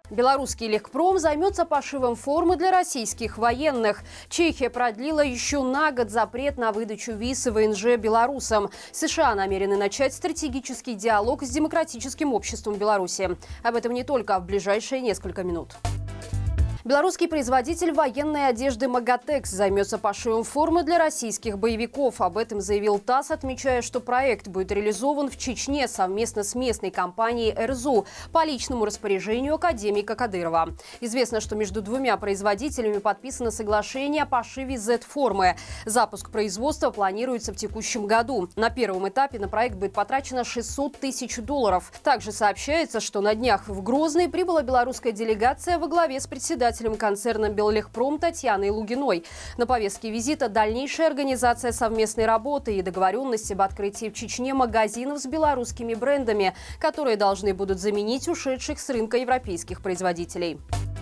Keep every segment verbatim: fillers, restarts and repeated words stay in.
Белорусский Лекпром займется пошивом формы для российских военных. Чехия продлила еще на год запрет на выдачу виз и вэ эн жэ белорусам. США намерены начать стратегический диалог с Демократическим обществом Беларуси. Об этом не только в ближайшие несколько минут. Белорусский производитель военной одежды «Магатекс» займется пошивом формы для российских боевиков. Об этом заявил ТАСС, отмечая, что проект будет реализован в Чечне совместно с местной компанией эр зу по личному распоряжению академика Кадырова. Известно, что между двумя производителями подписано соглашение о пошиве зет-формы. Запуск производства планируется в текущем году. На первом этапе на проект будет потрачено шестьсот тысяч долларов. Также сообщается, что на днях в Грозный прибыла белорусская делегация во главе с председателем концерна «Беллегпром» Татьяной Лугиной. На повестке визита дальнейшая организация совместной работы и договоренности об открытии в Чечне магазинов с белорусскими брендами, которые должны будут заменить ушедших с рынка европейских производителей.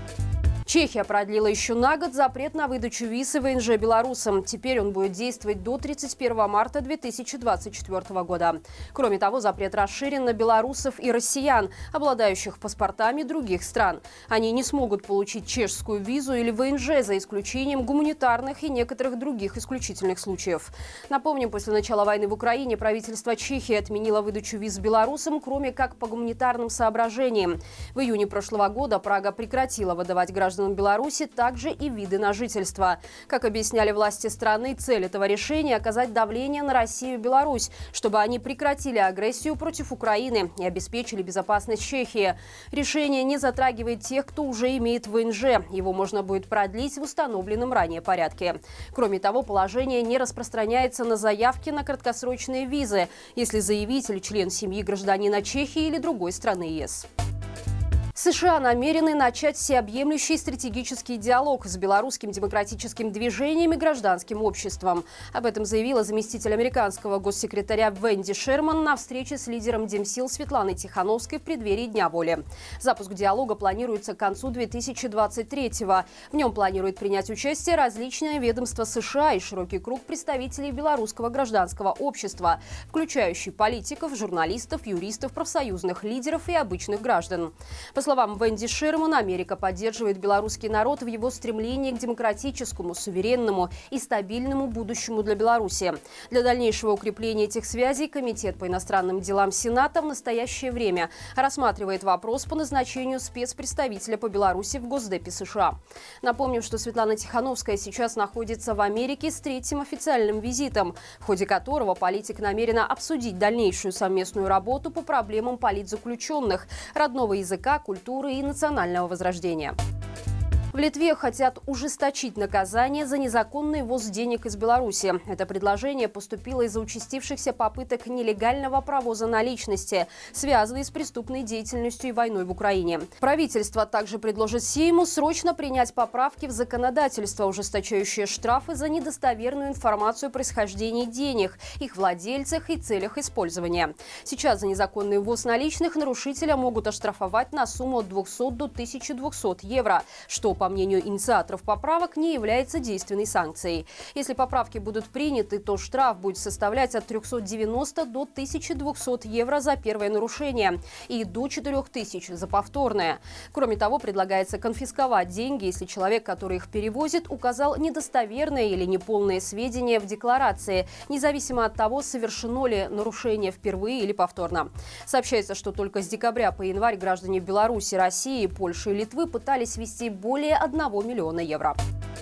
Чехия продлила еще на год запрет на выдачу виз и вэ эн жэ белорусам. Теперь он будет действовать до тридцать первого марта две тысячи двадцать четвёртого года. Кроме того, запрет расширен на белорусов и россиян, обладающих паспортами других стран. Они не смогут получить чешскую визу или вэ эн жэ за исключением гуманитарных и некоторых других исключительных случаев. Напомним, после начала войны в Украине правительство Чехии отменило выдачу виз белорусам, кроме как по гуманитарным соображениям. В июне прошлого года Прага прекратила выдавать гражданам Беларуси также и виды на жительство. Как объясняли власти страны, цель этого решения – оказать давление на Россию и Беларусь, чтобы они прекратили агрессию против Украины и обеспечили безопасность Чехии. Решение не затрагивает тех, кто уже имеет вэ эн жэ. Его можно будет продлить в установленном ранее порядке. Кроме того, положение не распространяется на заявки на краткосрочные визы, если заявитель – член семьи гражданина Чехии или другой страны е эс. США намерены начать всеобъемлющий стратегический диалог с белорусским демократическим движением и гражданским обществом. Об этом заявила заместитель американского госсекретаря Венди Шерман на встрече с лидером Демсил Светланой Тихановской в преддверии Дня воли. Запуск диалога планируется к концу две тысячи двадцать третьего. В нем планирует принять участие различные ведомства США и широкий круг представителей белорусского гражданского общества, включающий политиков, журналистов, юристов, профсоюзных лидеров и обычных граждан. По словам Венди Шерман, Америка поддерживает белорусский народ в его стремлении к демократическому, суверенному и стабильному будущему для Беларуси. Для дальнейшего укрепления этих связей Комитет по иностранным делам Сената в настоящее время рассматривает вопрос по назначению спецпредставителя по Беларуси в Госдепе США. Напомним, что Светлана Тихановская сейчас находится в Америке с третьим официальным визитом, в ходе которого политик намерена обсудить дальнейшую совместную работу по проблемам политзаключенных, родного языка, культуры и национального возрождения. В Литве хотят ужесточить наказание за незаконный ввоз денег из Беларуси. Это предложение поступило из-за участившихся попыток нелегального провоза наличности, связанной с преступной деятельностью и войной в Украине. Правительство также предложит Сейму срочно принять поправки в законодательство, ужесточающие штрафы за недостоверную информацию о происхождении денег, их владельцах и целях использования. Сейчас за незаконный ввоз наличных нарушителя могут оштрафовать на сумму от двухсот до тысячи двухсот евро, что, по мнению инициаторов поправок, не является действенной санкцией. Если поправки будут приняты, то штраф будет составлять от трёхсот девяноста до тысячи двухсот евро за первое нарушение и до четырёх тысяч за повторное. Кроме того, предлагается конфисковать деньги, если человек, который их перевозит, указал недостоверные или неполные сведения в декларации, независимо от того, совершено ли нарушение впервые или повторно. Сообщается, что только с декабря по январь граждане Беларуси, России, Польши и Литвы пытались ввести более одного миллиона евро.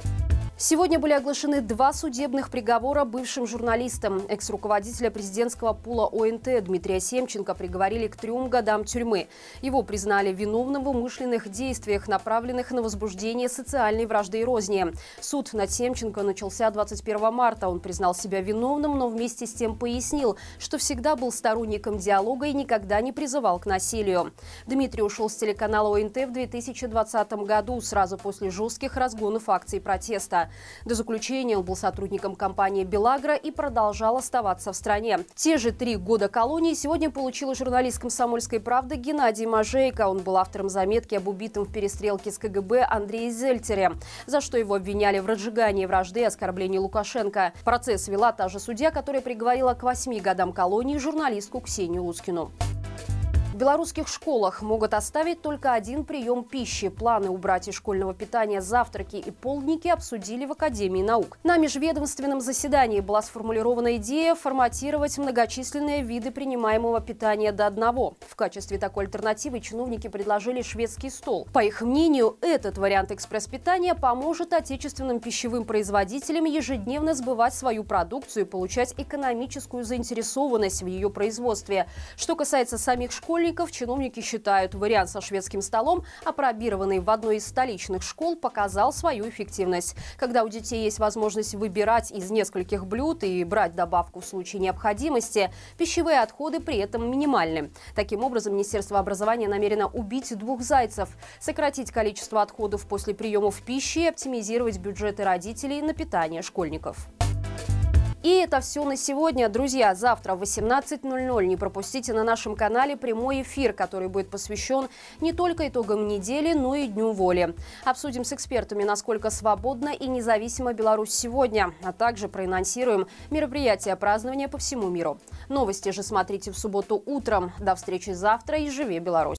Сегодня были оглашены два судебных приговора бывшим журналистам. Экс-руководителя президентского пула о эн тэ Дмитрия Семченко приговорили к трем годам тюрьмы. Его признали виновным в умышленных действиях, направленных на возбуждение социальной вражды и розни. Суд над Семченко начался двадцать первого марта. Он признал себя виновным, но вместе с тем пояснил, что всегда был сторонником диалога и никогда не призывал к насилию. Дмитрий ушел с телеканала о эн тэ в две тысячи двадцатом году, сразу после жестких разгонов акций протеста. До заключения он был сотрудником компании «Белагро» и продолжал оставаться в стране. Те же три года колонии сегодня получил журналист «Комсомольской правды» Геннадий Можейко. Он был автором заметки об убитом в перестрелке с ка гэ бэ Андрее Зельтере, за что его обвиняли в разжигании вражды и оскорблении Лукашенко. Процесс вела та же судья, которая приговорила к восьми годам колонии журналистку Ксению Лускину. белорусских школах могут оставить только один прием пищи. Планы убрать из школьного питания завтраки и полдники обсудили в Академии наук. На межведомственном заседании была сформулирована идея форматировать многочисленные виды принимаемого питания до одного. В качестве такой альтернативы чиновники предложили шведский стол. По их мнению, этот вариант экспресс-питания поможет отечественным пищевым производителям ежедневно сбывать свою продукцию и получать экономическую заинтересованность в ее производстве. Что касается самих школьников, чиновники считают, вариант со шведским столом, апробированный в одной из столичных школ, показал свою эффективность. Когда у детей есть возможность выбирать из нескольких блюд и брать добавку в случае необходимости, пищевые отходы при этом минимальны. Таким образом, Министерство образования намерено убить двух зайцев – сократить количество отходов после приемов пищи и оптимизировать бюджеты родителей на питание школьников. И это все на сегодня. Друзья, завтра в восемнадцать ноль ноль не пропустите на нашем канале прямой эфир, который будет посвящен не только итогам недели, но и Дню воли. Обсудим с экспертами, насколько свободна и независима Беларусь сегодня, а также проанонсируем мероприятия празднования по всему миру. Новости же смотрите в субботу утром. До встречи завтра и живи Беларусь!